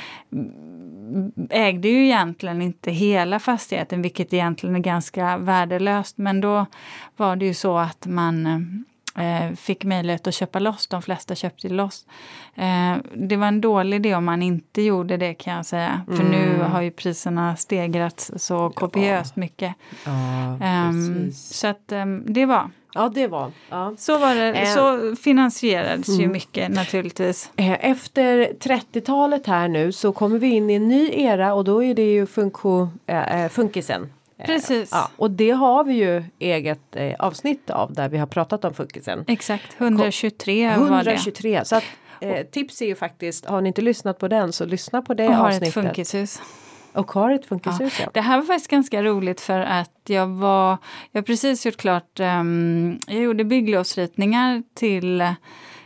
ägde ju egentligen inte hela fastigheten vilket egentligen är ganska värdelöst men då var det ju så att man eh, fick möjlighet att köpa loss, de flesta köpte loss. Eh, det var en dålig idé om man inte gjorde det kan jag säga för mm. nu har ju priserna stegrats så kopiöst mycket. Ja, um, så att um, det var Ja, det var. Ja. Så var det, eh. så finansierades mm. ju mycket naturligtvis. Efter trettiotalet här nu så kommer vi in i en ny era och då är det ju funko, äh, funkisen. Precis. Ja, och det har vi ju eget eh, avsnitt av där vi har pratat om funkisen. Exakt, etthundratjugotre var det. etthundratjugotre, så att eh, tips är ju faktiskt, har ni inte lyssnat på den så lyssna på det och har avsnittet. Ett funkishus. Och har ett funkishus, ja. Ja. Det här var faktiskt ganska roligt för att jag var, jag har precis gjort klart, um, jag gjorde bygglovsritningar till uh,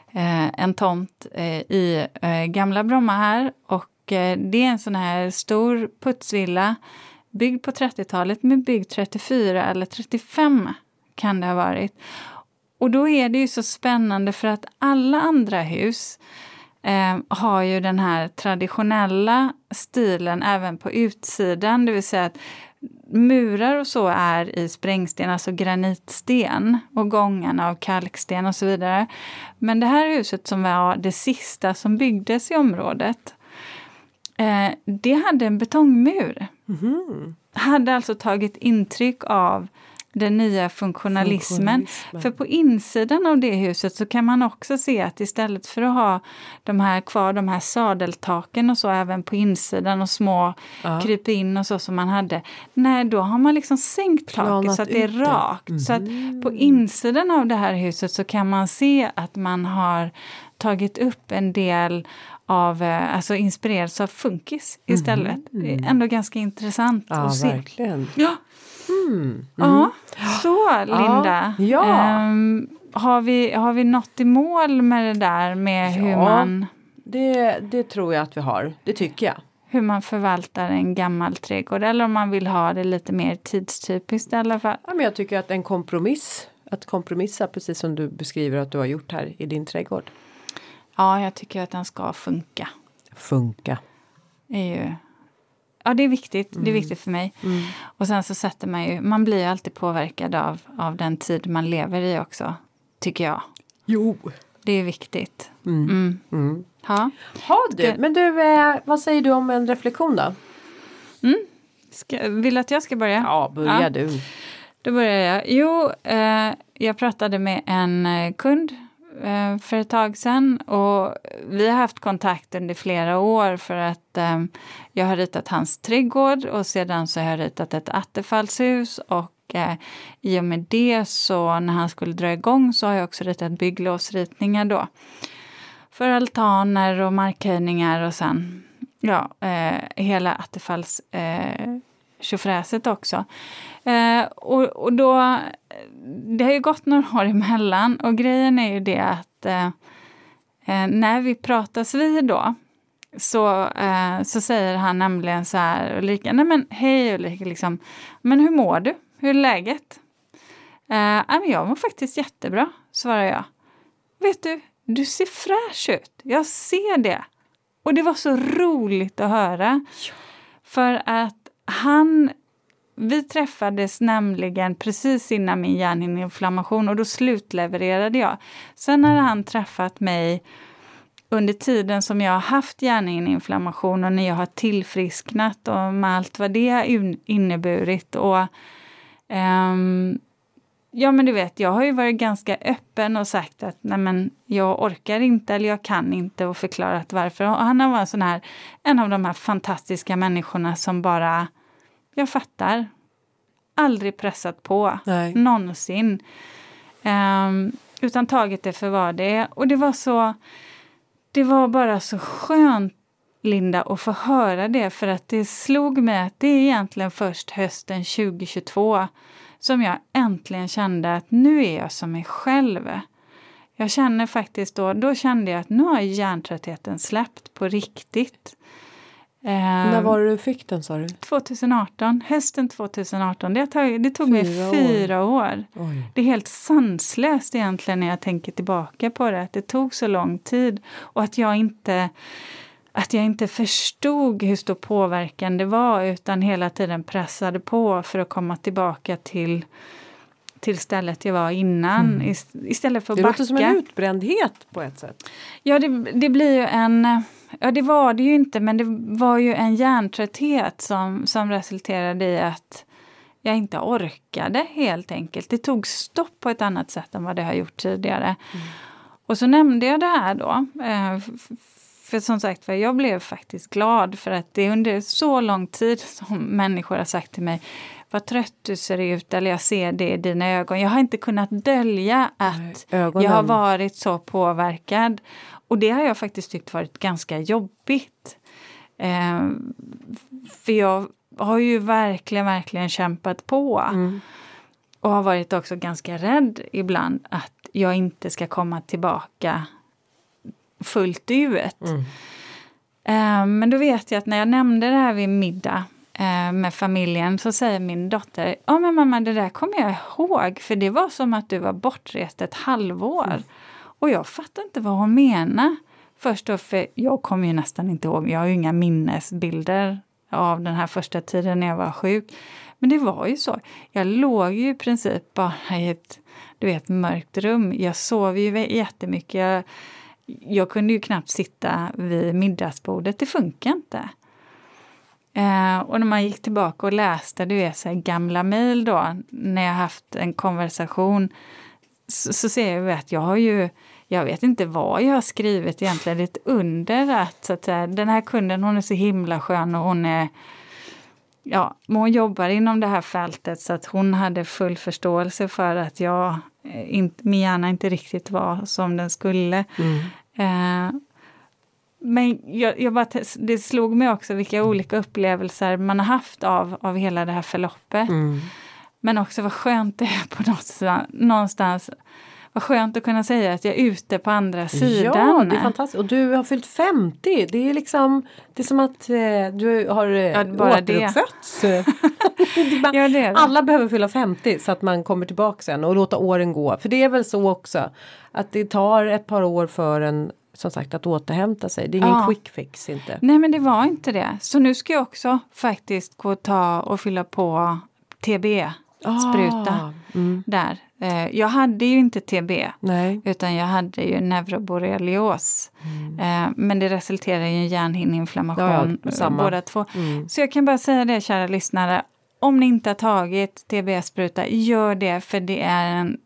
en tomt uh, i uh, Gamla Bromma här och uh, det är en sån här stor putsvilla byggd på trettiotalet med bygg trettiofyra eller trettiofem kan det ha varit. Och då är det ju så spännande för att alla andra hus Eh, har ju den här traditionella stilen även på utsidan. Det vill säga att murar och så är i sprängsten, alltså granitsten och gångarna av kalksten och så vidare. Men det här huset som var det sista som byggdes i området, eh, det hade en betongmur. Mm-hmm. Hade alltså tagit intryck av den nya funktionalismen. funktionalismen. För på insidan av det huset så kan man också se att istället för att ha de här kvar, de här sadeltaken och så även på insidan och små ja. kryp in och så som man hade. Nej, då har man liksom sänkt taket så att det är rakt. Mm. Så att på insidan av det här huset så kan man se att man har tagit upp en del av, alltså inspirerats av funkis istället. Mm. Mm. Ändå ganska intressant ja, att se. Verkligen. Ja, Mm. Mm. Ja, så Linda. Ja. Ja. Um, har, vi, har vi nått i mål med det där med ja, hur man... Det, det tror jag att vi har. Det tycker jag. Hur man förvaltar en gammal trädgård. Eller om man vill ha det lite mer tidstypiskt i alla fall. Ja, men jag tycker att en kompromiss. Att kompromissa precis som du beskriver att du har gjort här i din trädgård. Ja, jag tycker att den ska funka. Funka. Det är ju... Ja, det är viktigt. Mm. Det är viktigt för mig. Mm. Och sen så sätter man ju... Man blir ju alltid påverkad av, av den tid man lever i också. Tycker jag. Jo. Det är viktigt. Mm. Mm. Mm. Ja. Ha, du. Men du, eh, vad säger du om en reflektion då? Mm. Ska, vill att jag ska börja? Ja, börja ja. du. Då börjar jag. Jo, eh, jag pratade med en kund eh, för ett tag sedan. Och vi har haft kontakt under flera år för att eh, jag har ritat hans trädgård. Och sedan så har jag ritat ett attefallshus. Och eh, i och med det så när han skulle dra igång så har jag också ritat bygglovsritningar då. För altaner och markhöjningar och sen ja, eh, hela attefalls... Eh, tjofräset också. Eh, och, och då, det har ju gått några år emellan och grejen är ju det att eh, när vi pratas vid då så, eh, så säger han nämligen så här Ulrika, nej men hej Ulrika, liksom, men hur mår du? Hur är läget? Eh, men jag mår faktiskt jättebra, svarar jag. Vet du, du ser fräsch ut. Jag ser det. Och det var så roligt att höra. För att Han, vi träffades nämligen precis innan min hjärnhinneinflammation och då slutlevererade jag. Sen har han träffat mig under tiden som jag har haft hjärnhinneinflammation och när jag har tillfrisknat och med allt vad det har inneburit. Och, um, ja men du vet, jag har ju varit ganska öppen och sagt att nej men jag orkar inte eller jag kan inte och förklarat varför. Och han har varit sån här, en av de här fantastiska människorna som bara... Jag fattar. Aldrig pressat på. Nej. Någonsin. Um, utan tagit det för vad det är. Och det var så... Det var bara så skönt, Linda, att få höra det, för att det slog mig att det är egentligen först hösten tjugohundratjugotvå som jag äntligen kände att nu är jag som mig själv. Jag känner faktiskt då, då kände jag att nu har hjärntröttheten släppt på riktigt. När var det du fick den, sa du? tjugoarton, hösten tjugoarton. Det tog, det tog mig Fyra fyra år. år. Oj. Det är helt sanslöst egentligen när jag tänker tillbaka på det. Att det tog så lång tid. Och att jag inte, att jag inte förstod hur stor påverkan det var. Utan hela tiden pressade på för att komma tillbaka till, till stället jag var innan. Mm. Istället för att det backa. Det låter som en utbrändhet på ett sätt. Ja, det, det blir ju en... Ja, det var det ju inte, men det var ju en hjärntrötthet som, som resulterade i att jag inte orkade helt enkelt. Det tog stopp på ett annat sätt än vad det har gjort tidigare. Mm. Och så nämnde jag det här då. För som sagt, för jag blev faktiskt glad för att det är under så lång tid som människor har sagt till mig: vad trött du ser ut, eller jag ser det i dina ögon. Jag har inte kunnat dölja att Nej, jag har varit så påverkad. Och det har jag faktiskt tyckt varit ganska jobbigt. Eh, för jag har ju verkligen, verkligen kämpat på. Mm. Och har varit också ganska rädd ibland att jag inte ska komma tillbaka fullt ut. Mm. Eh, men då vet jag att när jag nämnde det här vid middag eh, med familjen, så säger min dotter: ja men mamma, det där kommer jag ihåg. För det var som att du var bortrest ett halvår. Mm. Och jag fattar inte vad hon menar. Först då, för jag kommer ju nästan inte ihåg. Jag har ju inga minnesbilder av den här första tiden när jag var sjuk. Men det var ju så. Jag låg ju i princip bara i ett, du vet, mörkt rum. Jag sov ju jättemycket. Jag, jag kunde ju knappt sitta vid middagsbordet. Det funkar inte. Eh, och när man gick tillbaka och läste, du vet, så här gamla mejl då. När jag haft en konversation. Så, så ser jag att jag har ju, jag vet inte vad jag har skrivit egentligen. Det är ett under att, så att säga, den här kunden, hon är så himla skön och hon är, ja, hon jobbar inom det här fältet, så att hon hade full förståelse för att jag, inte, min hjärna inte riktigt var som den skulle. Mm. Eh, men jag, jag bara, det slog mig också vilka olika upplevelser man har haft av, av hela det här förloppet. Mm. Men också vad skönt det är på någonstans, någonstans. Vad skönt att kunna säga att jag är ute på andra sidan. Ja, det är fantastiskt. Och du har fyllt femtio. Det är liksom, det är som att eh, du har eh, ja, återuppfötts. Det. ja, det är det. Alla behöver fylla femtio så att man kommer tillbaka sen och låta åren gå. För det är väl så också att det tar ett par år för en, som sagt, att återhämta sig. Det är ingen ja. quick fix inte. Nej, men det var inte det. Så nu ska jag också faktiskt gå och ta och fylla på T B. Spruta ah, mm. där. Eh, jag hade ju inte T B. Nej. Utan jag hade ju neuroborrelios. Mm. Eh, men det resulterar i en hjärnhinneinflammation. Ja, ja, båda två. Mm. Så jag kan bara säga det, kära lyssnare. Om ni inte har tagit T B-spruta, gör det. För det är en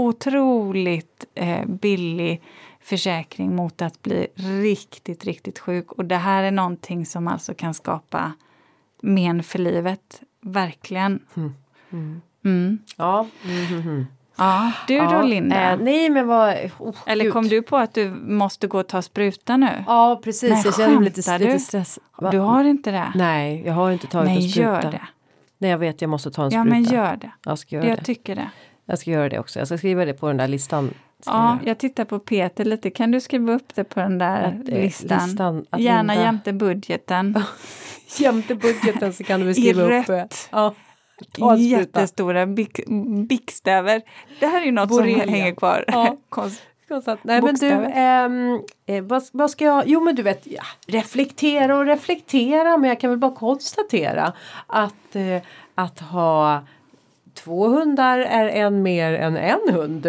otroligt eh, billig försäkring mot att bli riktigt, riktigt sjuk. Och det här är någonting som alltså kan skapa men för livet. Verkligen. Mm. Mm. Mm. Ja. Mm-hmm. Ja, du då, ja, Linda? Eh, nej, men vad... Oh, Eller kom Gud. du på att du måste gå och ta spruta nu? Ja, precis. Nej, jag känner lite, lite stress. Va? Du har inte det? Nej, jag har inte tagit nej, en spruta. Nej, gör det. Nej, jag vet, jag måste ta en ja, spruta. Ja, men gör det. Jag ska göra jag det. tycker det. Jag ska göra det också. Jag ska skriva det på den där listan. Ja, jag tittar på Peter lite. Kan du skriva upp det på den där att, eh, listan? listan att Gärna Linda... jämte budgeten. jämte budgeten så kan du skriva I upp. Rött. Ja. Jättestora bikstäver. Det här är ju något Borrelia. Som hänger kvar. Ja. Konst, Nej men du, ähm, eh, vad, vad ska jag, jo men du vet, ja, reflektera och reflektera, men jag kan väl bara konstatera att, eh, att ha två hundar är en mer än en hund.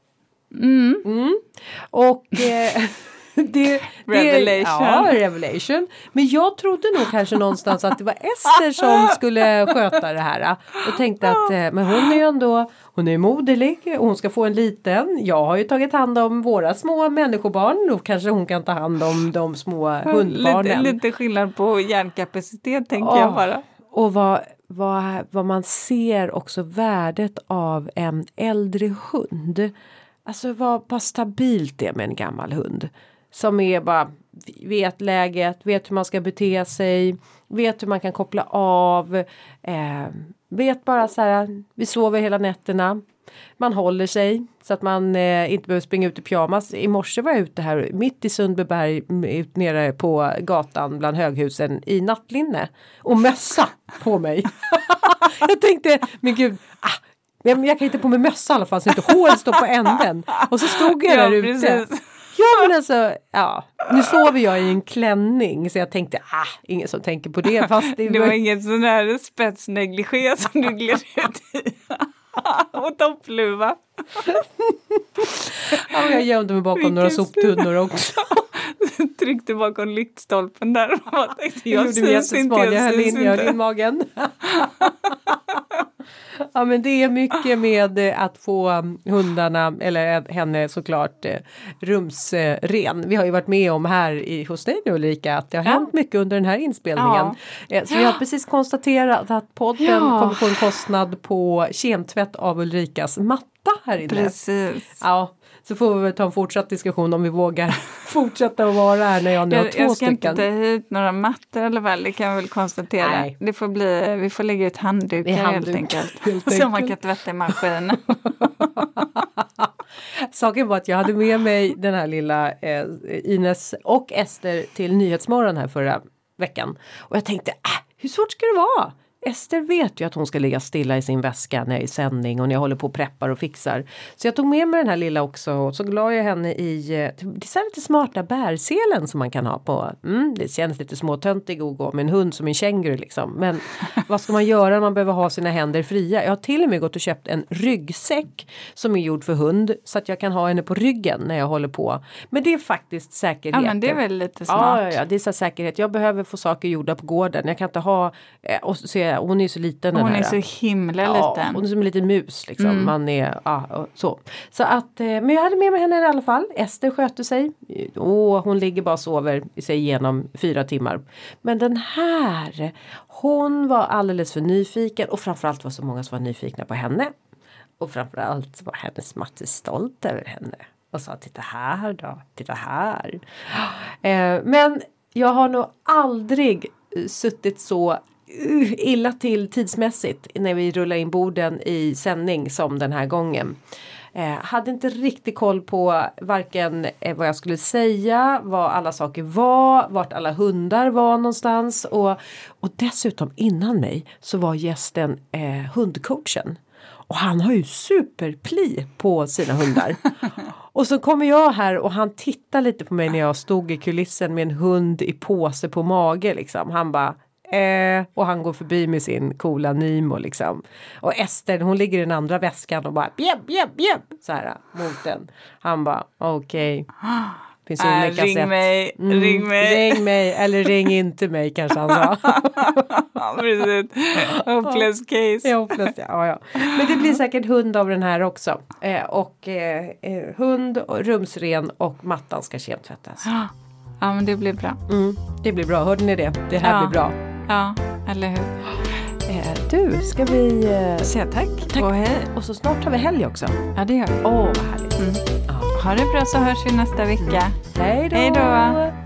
Mm. Mm. Och... Eh, Det, revelation. Det, ja, revelation. Men jag trodde nog kanske någonstans att det var Ester som skulle sköta det här. Och tänkte att men hon är ju ändå, hon är moderlig och hon ska få en liten. Jag har ju tagit hand om våra små människobarn. Då kanske hon kan ta hand om de små hundbarnen. Lite, lite skillnad på hjärnkapacitet tänker oh, jag bara. Och vad, vad, vad man ser också värdet av en äldre hund. Alltså vad, vad stabilt det är med en gammal hund. Som är bara vet läget, vet hur man ska bete sig, vet hur man kan koppla av, eh, vet bara så här, vi sover hela nätterna. Man håller sig så att man eh, inte behöver springa ut i pyjamas. I morse var jag ute här mitt i Sundbyberg, ut nere på gatan bland höghusen i nattlinne och mössa på mig. Jag tänkte, men gud, ah, jag, jag kan inte på mig mössa i alla fall så inte håret står på änden. Och så stod jag där ja, ute. Precis. Ja, men alltså, ja. Nu sover jag i en klänning så jag tänkte, ah, ingen som tänker på det. Fast det, det var inget sån här spetsnegligé som du gled ut i. Och toppluva. Ja, jag gömde mig bakom Vilken några soptunnor också. Tryckte bakom lyktstolpen där. Jag tänkte, jag jag syns inte, jag höll syns in inte. i magen. Ja, men det är mycket med att få hundarna, eller henne såklart, rumsren. Vi har ju varit med om här i, hos dig nu Ulrika, att det har ja. hänt mycket under den här inspelningen. Ja. Så vi har precis konstaterat att podden ja. kommer få en kostnad på kemtvätt av Ulrikas matta här inne. Precis. Ja. Så får vi väl ta en fortsatt diskussion om vi vågar fortsätta att vara här när jag nu har jag, två jag ska stycken. inte ta hit några mattor eller väl, det kan vi väl konstatera. Nej. Det får bli, vi får lägga ut handdukar handduk, helt enkelt. helt så man kan tvätta i maskinen. Saken var att jag hade med mig den här lilla eh, Ines och Ester till Nyhetsmorgon här förra veckan. Och jag tänkte, äh, hur svårt ska det vara? Ester vet ju att hon ska ligga stilla i sin väska när jag är i sändning och när jag håller på och preppar och fixar. Så jag tog med mig den här lilla också och så la jag henne i det är lite smarta bärselen som man kan ha på. Mm, det känns lite småtöntig att gå med en hund som en känguru liksom. Men vad ska man göra när man behöver ha sina händer fria? Jag har till och med gått och köpt en ryggsäck som är gjord för hund så att jag kan ha henne på ryggen när jag håller på. Men det är faktiskt säkerhet. Ja, men det är väl lite smart. Ja, ja, ja det är så säkerhet. Jag behöver få saker gjorda på gården. Jag kan inte ha eh, och se hon är så liten. Hon den här. är så himla ja, liten. Hon är som en liten mus liksom. Mm. Man är, ja, så. Så att, men jag hade med mig henne i alla fall. Ester sköter sig. Åh, hon ligger bara och sover i sig igenom fyra timmar. Men den här, hon var alldeles för nyfiken. Och framförallt var så många som var nyfikna på henne. Och framförallt var hennes Matte stolt över henne. Och sa, titta här då, titta här. Eh, men jag har nog aldrig suttit så illa till tidsmässigt när vi rullar in borden i sändning som den här gången. Eh, hade inte riktigt koll på varken eh, vad jag skulle säga, vad alla saker var, vart alla hundar var någonstans. Och, och dessutom innan mig så var gästen eh, hundcoachen. Och han har ju superpli på sina hundar. Och så kommer jag här och han tittar lite på mig när jag stod i kulissen med en hund i påse på mage liksom. Han bara... Eh, och han går förbi med sin coola Nimo liksom. Och Ester, hon ligger i den andra väskan och bara bjäbb, bjäbb, bjäbb. Så här mot den. Han bara, okej. Okay. Finns äh, olika ring sätt. Mig, mm, ring mig. Ring mig, eller ring inte mig kanske han sa. Ja, precis. Hopeless case. Ja, hopeless, ja, ja. Men det blir säkert hund av den här också. Eh, och eh, hund, och rumsren och mattan ska kemtvättas. Ja, men det blir bra. Mm, det blir bra, hörde ni det? Det här ja. blir bra. Ja, eller hur? Eh, du, ska vi... Eh, säga tack. tack. Och hej. Och så snart har vi helg också. Ja, det gör vi. Åh, vad härligt. Mm. Ja. Ha det bra så hörs vi nästa vecka. Mm. Hej då! Hej då!